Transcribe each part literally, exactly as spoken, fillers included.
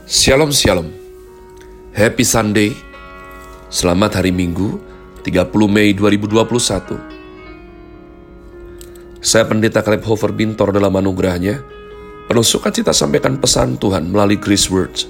Shalom Shalom. Happy Sunday. Selamat hari Minggu tiga puluh Mei dua ribu dua puluh satu. Saya Pendeta Caleb Hofer Bintor dalam anugerahnya penuh sukacita sampaikan pesan Tuhan melalui Grace Words,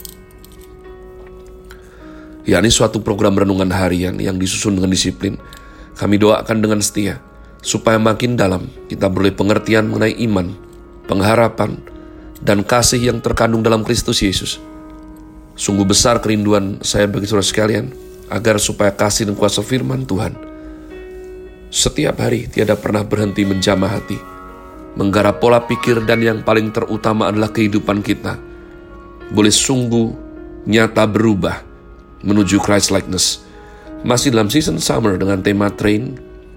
yakni suatu program renungan harian yang disusun dengan disiplin. Kami doakan dengan setia supaya makin dalam kita beroleh pengertian mengenai iman, pengharapan, dan kasih yang terkandung dalam Kristus Yesus. Sungguh besar kerinduan saya bagi saudara sekalian, agar supaya kasih dan kuasa firman Tuhan setiap hari tiada pernah berhenti menjamah hati, menggarap pola pikir, dan yang paling terutama adalah kehidupan kita boleh sungguh nyata berubah menuju Christ likeness. Masih dalam season summer dengan tema Train.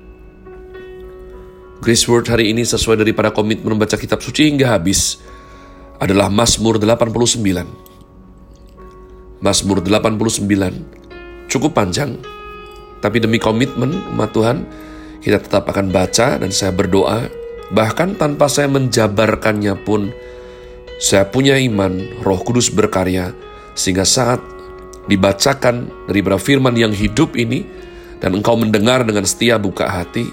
Grace Word hari ini sesuai daripada komitmen membaca kitab suci hingga habis adalah Mazmur delapan puluh sembilan. Mazmur delapan puluh sembilan cukup panjang, tapi demi komitmen umat Tuhan, kita tetap akan baca, dan saya berdoa, bahkan tanpa saya menjabarkannya pun, saya punya iman Roh Kudus berkarya, sehingga saat dibacakan dari firman yang hidup ini, dan engkau mendengar dengan setia buka hati,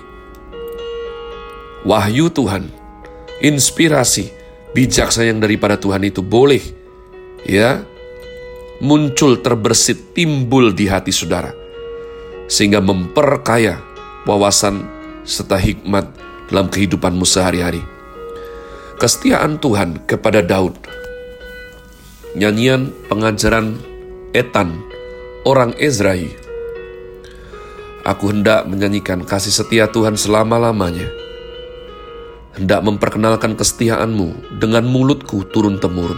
wahyu Tuhan, inspirasi, bijaksana yang daripada Tuhan itu boleh ya muncul, terbersit, timbul di hati saudara, sehingga memperkaya wawasan serta hikmat dalam kehidupanmu sehari-hari. Kesetiaan Tuhan kepada Daud. Nyanyian pengajaran Etan, orang Ezrahi. Aku hendak menyanyikan kasih setia Tuhan selama-lamanya, hendak memperkenalkan kesetiaanmu dengan mulutku turun-temurun.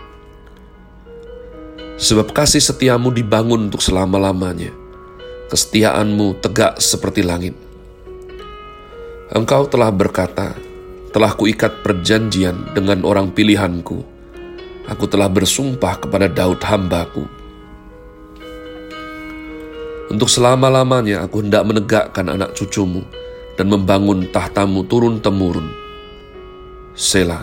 Sebab kasih setiamu dibangun untuk selama-lamanya, kesetiaanmu tegak seperti langit. Engkau telah berkata, telah kuikat perjanjian dengan orang pilihanku. Aku telah bersumpah kepada Daud hambaku. Untuk selama-lamanya aku hendak menegakkan anak cucumu dan membangun tahtamu turun-temurun. Selah.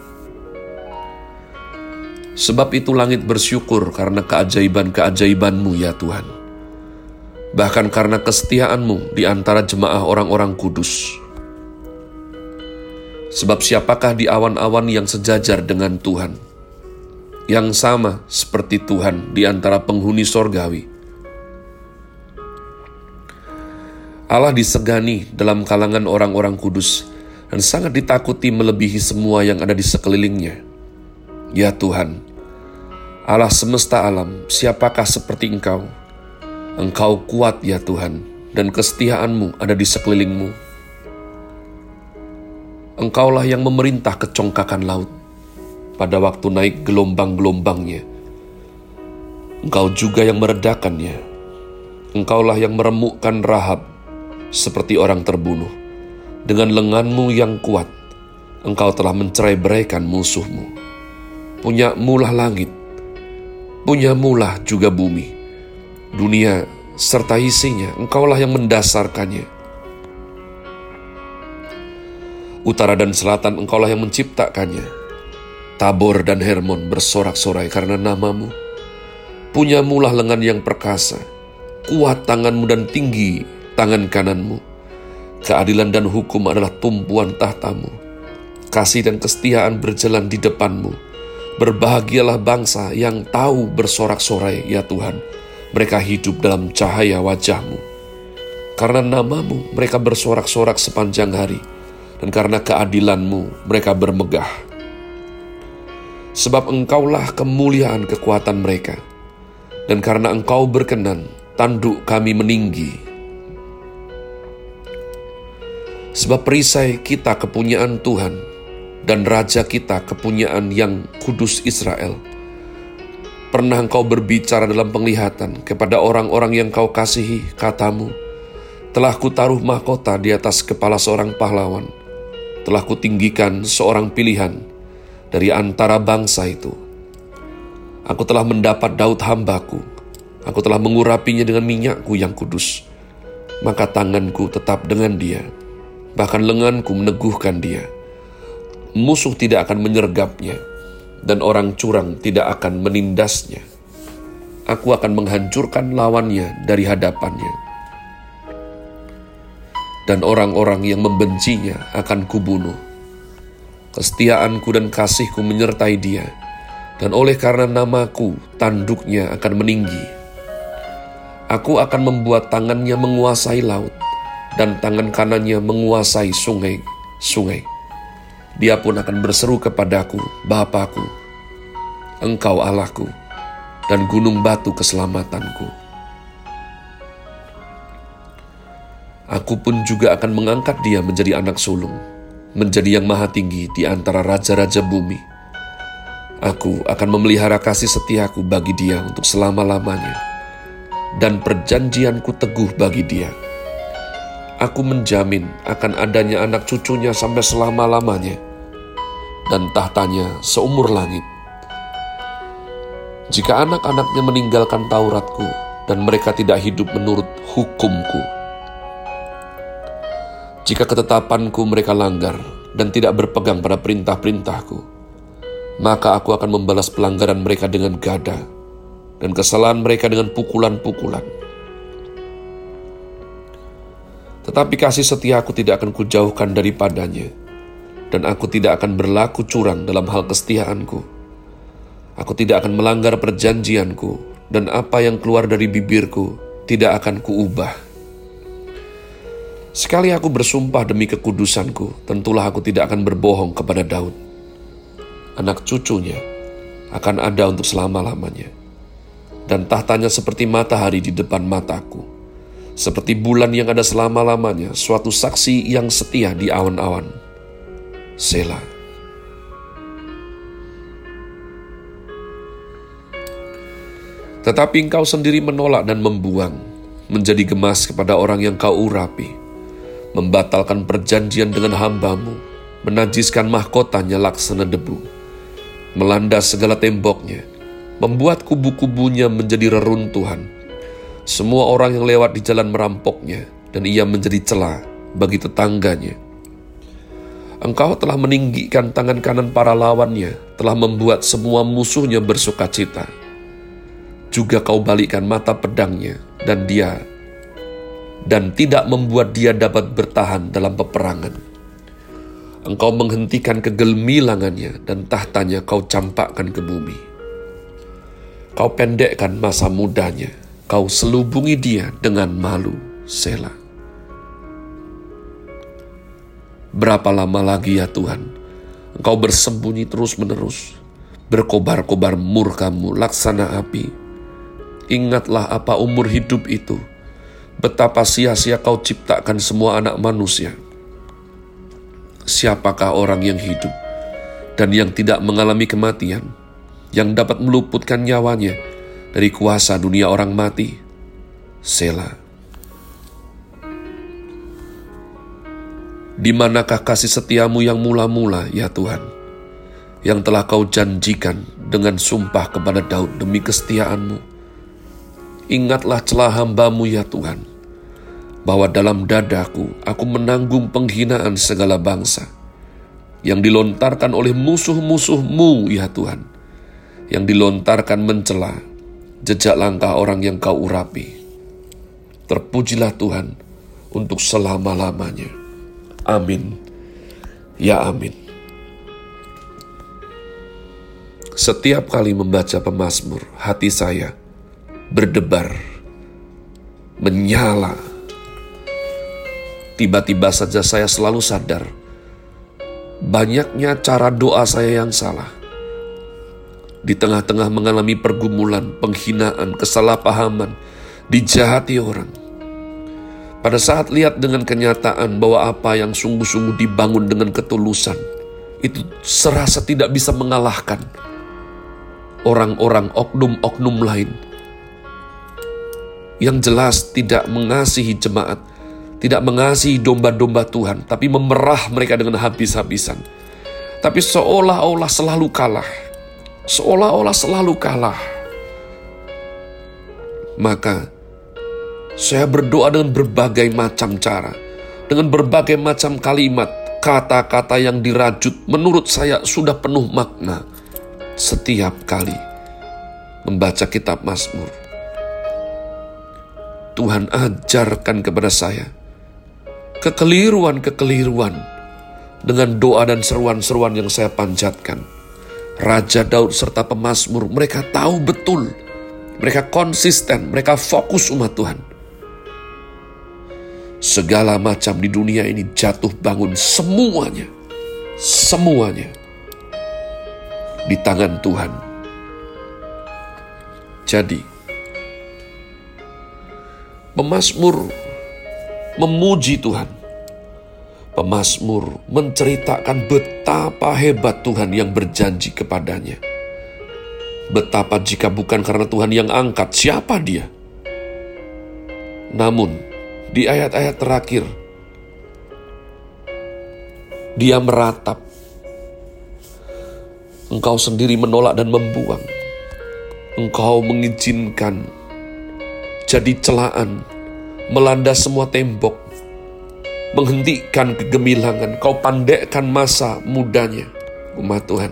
Sebab itu langit bersyukur karena keajaiban-keajaibanmu ya Tuhan, bahkan karena kesetiaanmu di antara jemaah orang-orang kudus. Sebab siapakah di awan-awan yang sejajar dengan Tuhan, yang sama seperti Tuhan di antara penghuni sorgawi. Allah disegani dalam kalangan orang-orang kudus dan sangat ditakuti melebihi semua yang ada di sekelilingnya. Ya Tuhan, Allah semesta alam, siapakah seperti Engkau? Engkau kuat ya Tuhan, dan kesetiaanmu ada di sekelilingmu. Engkaulah yang memerintah kecongkakan laut pada waktu naik gelombang-gelombangnya. Engkau juga yang meredakannya. Engkaulah yang meremukkan Rahab seperti orang terbunuh. Dengan lenganmu yang kuat, engkau telah mencerai-beraikan musuhmu. Punyamulah langit, punyamulah juga bumi, dunia serta isinya, engkaulah yang mendasarkannya. Utara dan selatan engkaulah yang menciptakannya. Tabor dan Hermon bersorak-sorai karena namamu. Punyamulah lengan yang perkasa, kuat tanganmu dan tinggi tangan kananmu. Keadilan dan hukum adalah tumpuan tahtamu. Kasih dan kesetiaan berjalan di depanmu. Berbahagialah bangsa yang tahu bersorak-sorai ya Tuhan, mereka hidup dalam cahaya wajahmu. Karena namamu mereka bersorak-sorak sepanjang hari, dan karena keadilanmu mereka bermegah. Sebab engkaulah kemuliaan kekuatan mereka, dan karena engkau berkenan, tanduk kami meninggi. Sebab perisai kita kepunyaan Tuhan, dan Raja kita kepunyaan yang kudus Israel. Pernah engkau berbicara dalam penglihatan kepada orang-orang yang kau kasihi, katamu, telah kutaruh mahkota di atas kepala seorang pahlawan, telah kutinggikan seorang pilihan dari antara bangsa itu. Aku telah mendapat Daud hambaku, aku telah mengurapinya dengan minyakku yang kudus, maka tanganku tetap dengan dia, bahkan lenganku meneguhkan dia. Musuh tidak akan menyergapnya. dan orang curang tidak akan menindasnya. Aku akan menghancurkan lawannya dari hadapannya, dan orang-orang yang membencinya akan kubunuh. Kesetiaanku dan kasihku menyertai dia, dan oleh karena namaku, tanduknya akan meninggi. Aku akan membuat tangannya menguasai laut, dan tangan kanannya menguasai sungai-sungai. Dia pun akan berseru kepadaku, Bapakku, Engkau Allahku, dan gunung batu keselamatanku. Aku pun juga akan mengangkat dia menjadi anak sulung, menjadi yang maha tinggi di antara raja-raja bumi. Aku akan memelihara kasih setiaku bagi dia untuk selama-lamanya, dan perjanjianku teguh bagi dia. Aku menjamin akan adanya anak cucunya sampai selama-lamanya, dan tahtanya seumur langit. Jika anak-anaknya meninggalkan Tauratku, dan mereka tidak hidup menurut hukumku, jika ketetapanku mereka langgar, dan tidak berpegang pada perintah-perintahku, maka aku akan membalas pelanggaran mereka dengan gada, dan kesalahan mereka dengan pukulan-pukulan. Tetapi kasih setiaku tidak akan kujauhkan daripadanya, dan aku tidak akan berlaku curang dalam hal kesetiaanku. Aku tidak akan melanggar perjanjianku, dan apa yang keluar dari bibirku tidak akan kuubah. Sekali aku bersumpah demi kekudusanku, tentulah aku tidak akan berbohong kepada Daud. Anak cucunya akan ada untuk selama-lamanya, dan tahtanya seperti matahari di depan mataku, seperti bulan yang ada selama-lamanya, suatu saksi yang setia di awan-awan. Selah. Tetapi engkau sendiri menolak dan membuang, menjadi gemas kepada orang yang kau urapi, membatalkan perjanjian dengan hambamu, menajiskan mahkotanya laksana debu, melandas segala temboknya, membuat kubu-kubunya menjadi reruntuhan. Semua orang yang lewat di jalan merampoknya, dan ia menjadi celah bagi tetangganya. Engkau telah meninggikan tangan kanan para lawannya, telah membuat semua musuhnya bersukacita. Juga kau balikkan mata pedangnya, dan dia dan tidak membuat dia dapat bertahan dalam peperangan. Engkau menghentikan kegemilangannya, dan tahtanya kau campakkan ke bumi. Kau pendekkan masa mudanya, kau selubungi dia dengan malu. Selah. Berapa lama lagi ya Tuhan, Engkau bersembunyi terus-menerus, berkobar-kobar murka-Mu laksana api. Ingatlah apa umur hidup itu, betapa sia-sia Kau ciptakan semua anak manusia. Siapakah orang yang hidup dan yang tidak mengalami kematian, yang dapat meluputkan nyawanya dari kuasa dunia orang mati? Selah. Di manakah kasih setiamu yang mula-mula, ya Tuhan, yang telah Kau janjikan dengan sumpah kepada Daud demi kesetiaanmu? Ingatlah celah hamba-Mu ya Tuhan, bahwa dalam dadaku aku menanggung penghinaan segala bangsa, yang dilontarkan oleh musuh-musuh-Mu ya Tuhan, yang dilontarkan mencela jejak langkah orang yang Kau urapi. Terpujilah Tuhan untuk selama-lamanya. Amin. Ya amin. Setiap kali membaca pemazmur, hati saya berdebar, menyala. Tiba-tiba saja saya selalu sadar, banyaknya cara doa saya yang salah. Di tengah-tengah mengalami pergumulan, penghinaan, kesalahpahaman, dijahati orang. Pada saat lihat dengan kenyataan bahwa apa yang sungguh-sungguh dibangun dengan ketulusan, itu serasa tidak bisa mengalahkan orang-orang oknum-oknum lain yang jelas tidak mengasihi jemaat, tidak mengasihi domba-domba Tuhan, tapi memerah mereka dengan habis-habisan. Tapi seolah-olah selalu kalah, seolah-olah selalu kalah. Maka saya berdoa dengan berbagai macam cara, dengan berbagai macam kalimat, kata-kata yang dirajut menurut saya sudah penuh makna. setiap kali membaca kitab Mazmur. Tuhan ajarkan kepada saya kekeliruan-kekeliruan dengan doa dan seruan-seruan yang saya panjatkan. Raja Daud serta pemazmur, mereka tahu betul, mereka konsisten, mereka fokus umat Tuhan. Segala macam di dunia ini jatuh bangun, semuanya, semuanya di tangan Tuhan. Jadi, pemazmur memuji Tuhan. Pemazmur menceritakan betapa hebat Tuhan yang berjanji kepadanya. Betapa jika bukan karena Tuhan yang angkat, siapa dia? Namun, di ayat-ayat terakhir, dia meratap. Engkau sendiri menolak dan membuang. Engkau mengizinkan jadi celaan, melanda semua tembok, menghentikan kegemilangan. Kau pandekkan masa mudanya, umat Tuhan.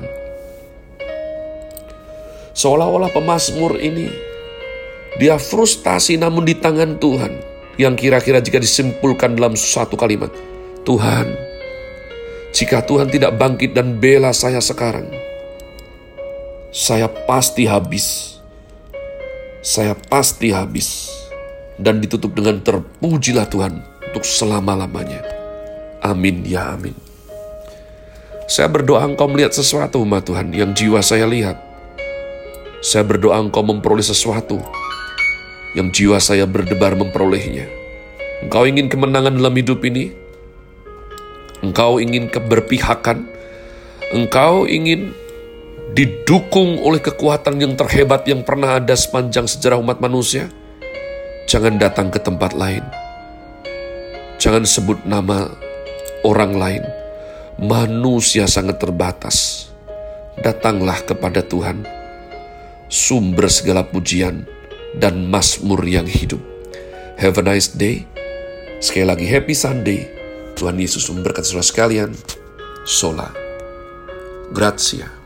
Seolah-olah pemazmur ini, dia frustasi namun di tangan Tuhan. Yang kira-kira jika disimpulkan dalam satu kalimat, Tuhan, jika Tuhan tidak bangkit dan bela saya sekarang, saya pasti habis. Saya pasti habis. Dan ditutup dengan terpujilah Tuhan untuk selama-lamanya. Amin ya amin. Saya berdoa engkau melihat sesuatu umat Tuhan yang jiwa saya lihat. Saya berdoa engkau memperoleh sesuatu yang jiwa saya berdebar memperolehnya. Engkau ingin kemenangan dalam hidup ini. Engkau ingin keberpihakan. Engkau ingin didukung oleh kekuatan yang terhebat yang pernah ada sepanjang sejarah umat manusia. Jangan datang ke tempat lain. Jangan sebut nama orang lain. Manusia sangat terbatas. Datanglah kepada Tuhan, sumber segala pujian dan mazmur yang hidup. Have a nice day. Sekali lagi happy Sunday. Tuhan Yesus memberkati saudara sekalian. Sola. Grazie.